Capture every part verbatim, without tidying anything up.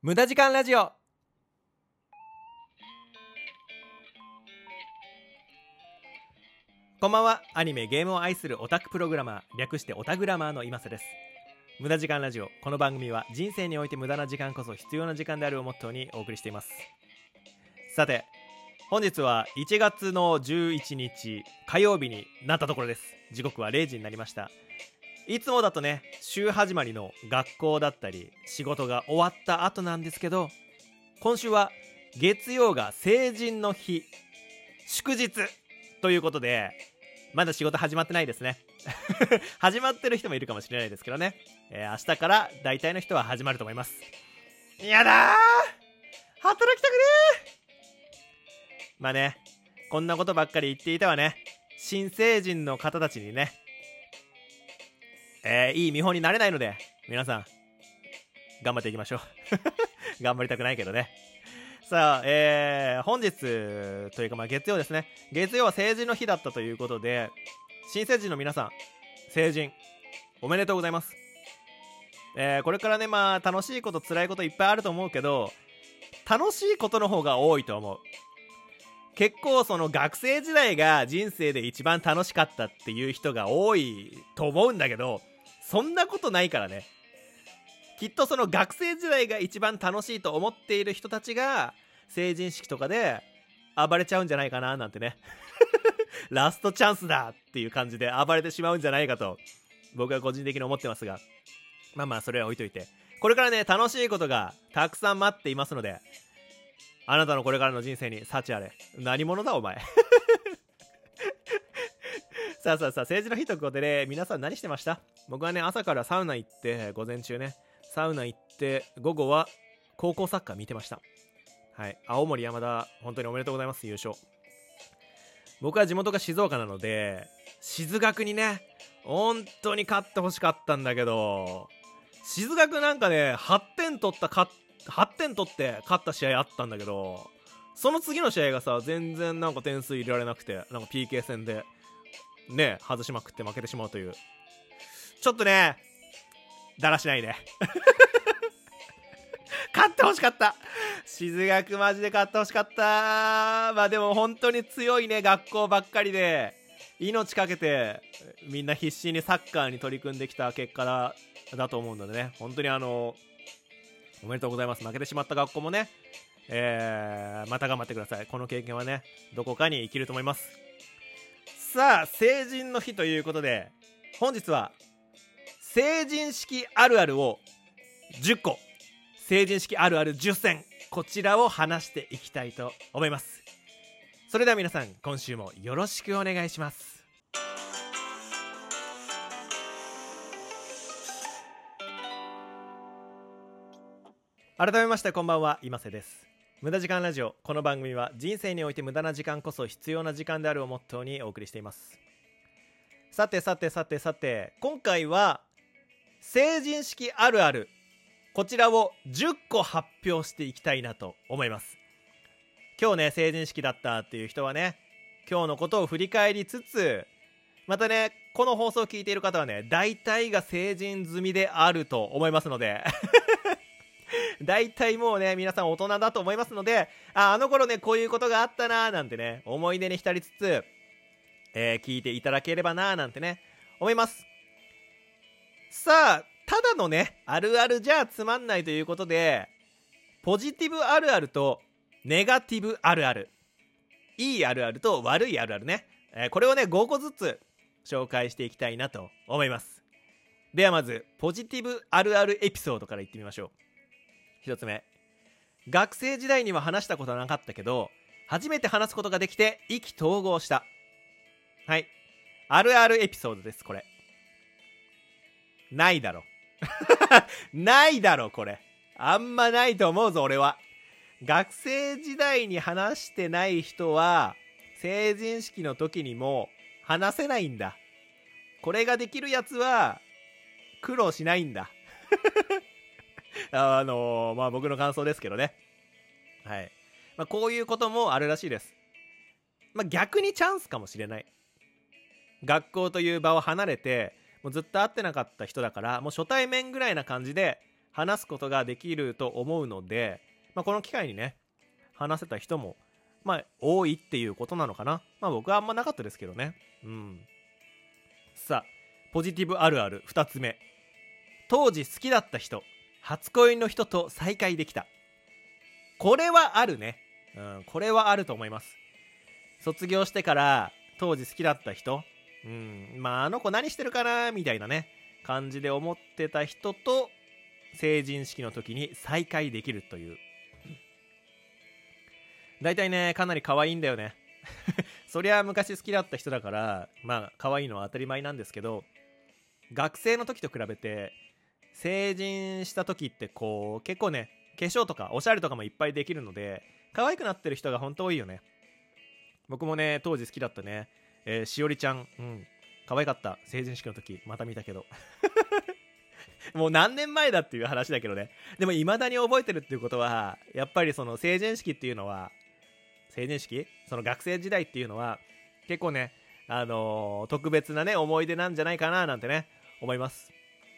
無駄時間ラジオ。こんばんは。アニメゲームを愛するオタクプログラマー、略してオタグラマーの今瀬です。無駄時間ラジオ。この番組は人生において無駄な時間こそ必要な時間であるをモットーにお送りしています。さて、本日はいちがつのじゅういちにち火曜日になったところです。時刻はれいじになりました。いつもだとね、週始まりの学校だったり仕事が終わった後なんですけど、今週は月曜が成人の日、祝日ということで、まだ仕事始まってないですね始まってる人もいるかもしれないですけどね、えー、明日から大体の人は始まると思います。やだー、働きたくねー。まあね、こんなことばっかり言っていたわね。新成人の方たちにね、えー、いい見本になれないので、皆さん頑張っていきましょう頑張りたくないけどね。さあ、えー、本日というかまあ月曜ですね。月曜は成人の日だったということで、新成人の皆さん、成人おめでとうございます。えー、これからね、まあ楽しいこと辛いこといっぱいあると思うけど、楽しいことの方が多いと思う。結構その学生時代が人生で一番楽しかったっていう人が多いと思うんだけど、そんなことないからね。きっとその学生時代が一番楽しいと思っている人たちが成人式とかで暴れちゃうんじゃないかななんてねラストチャンスだっていう感じで暴れてしまうんじゃないかと僕は個人的に思ってますが、まあまあそれは置いといて、これからね楽しいことがたくさん待っていますので、あなたのこれからの人生に幸あれ。何者だお前さあさあさあ、成人の日ということでね、皆さん何してました？僕はね、朝からサウナ行って、午前中ねサウナ行って、午後は高校サッカー見てました。はい、青森山田本当におめでとうございます、優勝。僕は地元が静岡なので、静学にね本当に勝ってほしかったんだけど、静学なんかねはってん取ったかはってん取って勝った試合あったんだけど、その次の試合がさ全然なんか点数入れられなくて、なんか ピーケー 戦でね外しまくって負けてしまうという、ちょっとねだらしないね勝ってほしかった。静学マジで勝ってほしかった。まあでも本当に強いね学校ばっかりで、命かけてみんな必死にサッカーに取り組んできた結果だだと思うのでね、本当にあのおめでとうございます。負けてしまった学校もね、えー、また頑張ってください。この経験はねどこかに生きると思います。さあ、成人の日ということで、本日は成人式あるあるをじゅっこ、成人式あるあるじゅっせん、こちらを話していきたいと思います。それでは皆さん、今週もよろしくお願いします。改めましてこんばんは、今瀬です。無駄時間ラジオ。この番組は人生において無駄な時間こそ必要な時間であるをモットーにお送りしています。さてさてさてさて、今回は成人式あるある、こちらをじゅっこ発表していきたいなと思います。今日ね成人式だったっていう人はね、今日のことを振り返りつつ、またねこの放送を聞いている方はね大体が成人済みであると思いますので大体もうね皆さん大人だと思いますので、あ、あの頃ねこういうことがあったなーなんてね思い出に浸りつつ、えー、聞いていただければなーなんてね思います。さあ、ただのねあるあるじゃつまんないということで、ポジティブあるあるとネガティブあるある、いいあるあると悪いあるあるね、えー、これをねごこずつ紹介していきたいなと思います。ではまずポジティブあるあるエピソードからいってみましょう。一つ目、学生時代には話したことはなかったけど初めて話すことができて意気投合した。はい、あるあるエピソードです。これないだろないだろ、これあんまないと思うぞ俺は。学生時代に話してない人は成人式の時にも話せないんだ。これができるやつは苦労しないんだあのー、まあ僕の感想ですけどね。はい、まあ、こういうこともあるらしいです。まあ逆にチャンスかもしれない。学校という場を離れてもうずっと会ってなかった人だから、もう初対面ぐらいな感じで話すことができると思うので、まあ、この機会にね話せた人もまあ多いっていうことなのかな。まあ僕はあんまなかったですけどね。うん。さあポジティブあるあるふたつめ、当時好きだった人、初恋の人と再会できた。これはあるね。うん、これはあると思います。卒業してから当時好きだった人、うん、まああの子何してるかなみたいなね感じで思ってた人と成人式の時に再会できるという。だいたいねかなり可愛いんだよねそりゃ昔好きだった人だからまあ可愛いのは当たり前なんですけど、学生の時と比べて成人した時ってこう結構ね化粧とかおしゃれとかもいっぱいできるので可愛くなってる人が本当多いよね。僕もね当時好きだったね、えー、しおりちゃん、うん、可愛かった。成人式の時また見たけどもう何年前だっていう話だけどね。でも未だに覚えてるっていうことはやっぱりその成人式っていうのは成人式その学生時代っていうのは結構ねあのー、特別なね思い出なんじゃないかななんてね思います。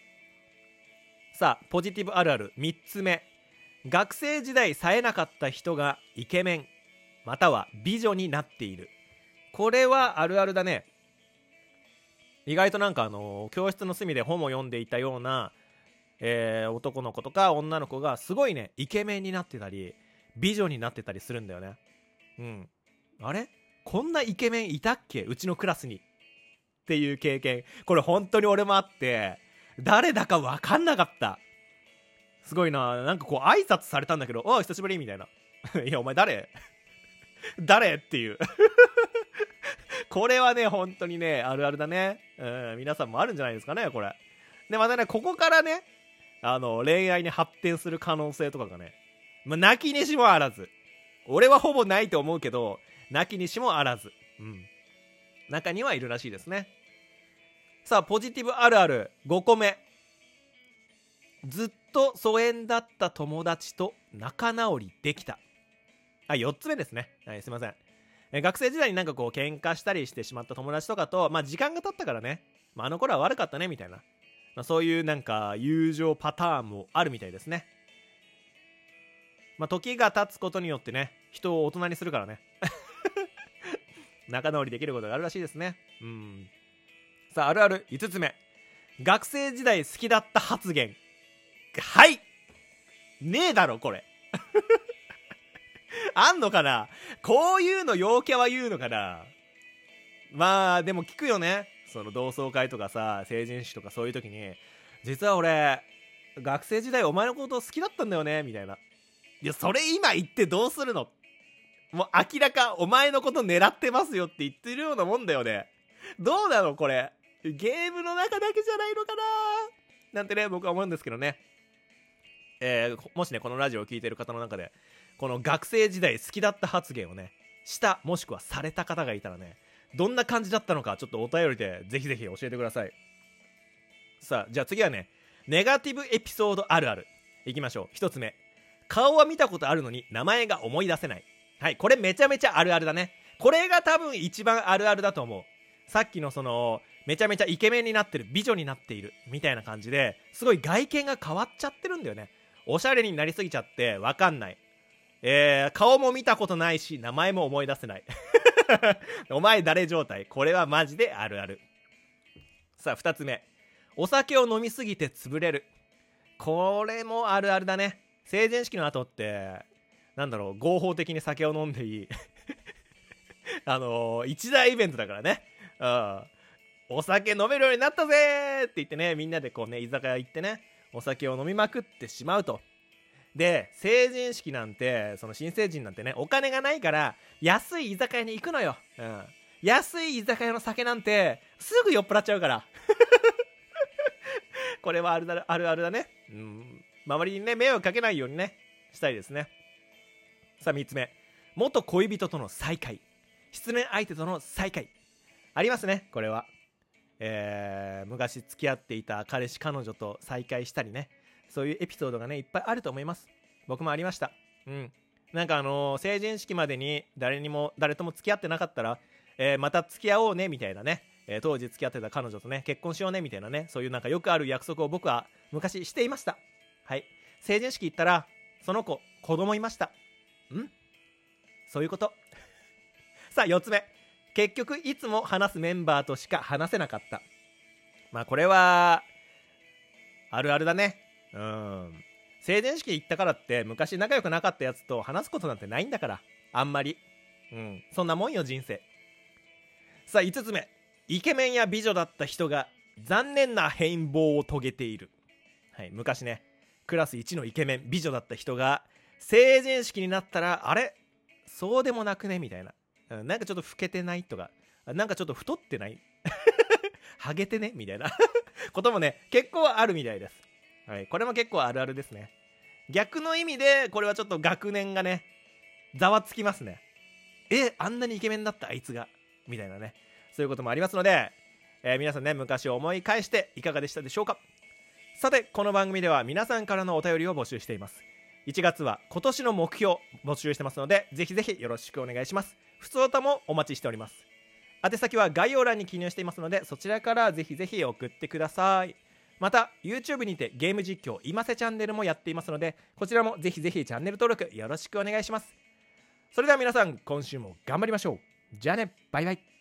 さあポジティブあるあるみっつめ、学生時代冴えなかった人がイケメンまたは美女になっている。これはあるあるだね。意外となんかあのー、教室の隅で本を読んでいたような、えー、男の子とか女の子がすごいねイケメンになってたり美女になってたりするんだよね。うん、あれこんなイケメンいたっけうちのクラスにっていう経験、これ本当に俺もあって誰だか分かんなかった。すごいな、なんかこう挨拶されたんだけど、お久しぶりみたいないやお前誰誰っていうこれはね本当にねあるあるだね。うん皆さんもあるんじゃないですかねこれ。でまたねここからねあの恋愛に発展する可能性とかがね、まあ、泣きにしもあらず。俺はほぼないと思うけど泣きにしもあらず、うん、中にはいるらしいですね。さあポジティブあるあるごこめ、ずっと疎遠だった友達と仲直りできた。あよっつめですね、はい、すいません。え学生時代になんかこう喧嘩したりしてしまった友達とかとまあ時間が経ったからね、まあ、あの頃は悪かったねみたいな、まあ、そういうなんか友情パターンもあるみたいですね。まあ時が経つことによってね人を大人にするからね仲直りできることがあるらしいですね。うん。さああるあるいつつめ、学生時代好きだった発言。はいねえだろこれあんのかな、こういうの陽キャは言うのかな。まあでも聞くよね、その同窓会とかさ成人式とかそういう時に、実は俺学生時代お前のこと好きだったんだよねみたいな。いやそれ今言ってどうするの、もう明らかお前のこと狙ってますよって言ってるようなもんだよね。どうなのこれ、ゲームの中だけじゃないのかななんてね僕は思うんですけどね。えー、もしねこのラジオを聞いてる方の中でこの学生時代好きだった発言をねしたもしくはされた方がいたらね、どんな感じだったのかちょっとお便りでぜひぜひ教えてください。さあじゃあ次はねネガティブエピソードあるあるいきましょう。ひとつめ、顔は見たことあるのに名前が思い出せない。はいこれめちゃめちゃあるあるだね。これが多分一番あるあるだと思う。さっきのそのめちゃめちゃイケメンになってる美女になっているみたいな感じですごい外見が変わっちゃってるんだよね。おしゃれになりすぎちゃってわかんない、えー、顔も見たことないし名前も思い出せないお前誰状態、これはマジであるある。さあふたつめ、お酒を飲みすぎて潰れる。これもあるあるだね。成人式の後ってなんだろう合法的に酒を飲んでいいあのー、一大イベントだからね。うんお酒飲めるようになったぜーって言ってねみんなでこうね居酒屋行ってねお酒を飲みまくってしまうと。で成人式なんてその新成人なんてねお金がないから安い居酒屋に行くのよ、うん、安い居酒屋の酒なんてすぐ酔っ払っちゃうからこれはあるあるあるあるだね。うん周りにね迷惑かけないようにねしたいですね。さあみっつめ、元恋人との再会、失恋相手との再会ありますね。これはえー、昔付き合っていた彼氏彼女と再会したりね、そういうエピソードがねいっぱいあると思います。僕もありました。うんなんかあのー、成人式までに誰にも誰とも付き合ってなかったら、えー、また付き合おうねみたいなね、えー、当時付き合ってた彼女とね結婚しようねみたいなね、そういうなんかよくある約束を僕は昔していました。 はい、成人式行ったらその子子供いました。んそういうことさあよっつめ、結局いつも話すメンバーとしか話せなかった。まあこれはあるあるだね。うん、成人式行ったからって昔仲良くなかったやつと話すことなんてないんだから、あんまり。うん、そんなもんよ人生。さあいつつめ、イケメンや美女だった人が残念な変貌を遂げている。はい、昔ねクラスいちのイケメン美女だった人が成人式になったら、あれそうでもなくねみたいな、うん、なんかちょっと老けてないとか、なんかちょっと太ってないハゲてねみたいなこともね結構あるみたいです。はい、これも結構あるあるですね。逆の意味でこれはちょっと学年がねざわつきますね。えあんなにイケメンだったあいつがみたいなね、そういうこともありますので、えー、皆さんね昔を思い返していかがでしたでしょうか。さてこの番組では皆さんからのお便りを募集しています。いちがつは今年の目標募集してますので、ぜひぜひよろしくお願いします。ふつおたもお待ちしております。宛先は概要欄に記入していますので、そちらからぜひぜひ送ってください。また YouTube にてゲーム実況今瀬チャンネルもやっていますので、こちらもぜひぜひチャンネル登録よろしくお願いします。それでは皆さん今週も頑張りましょう。じゃあね、バイバイ。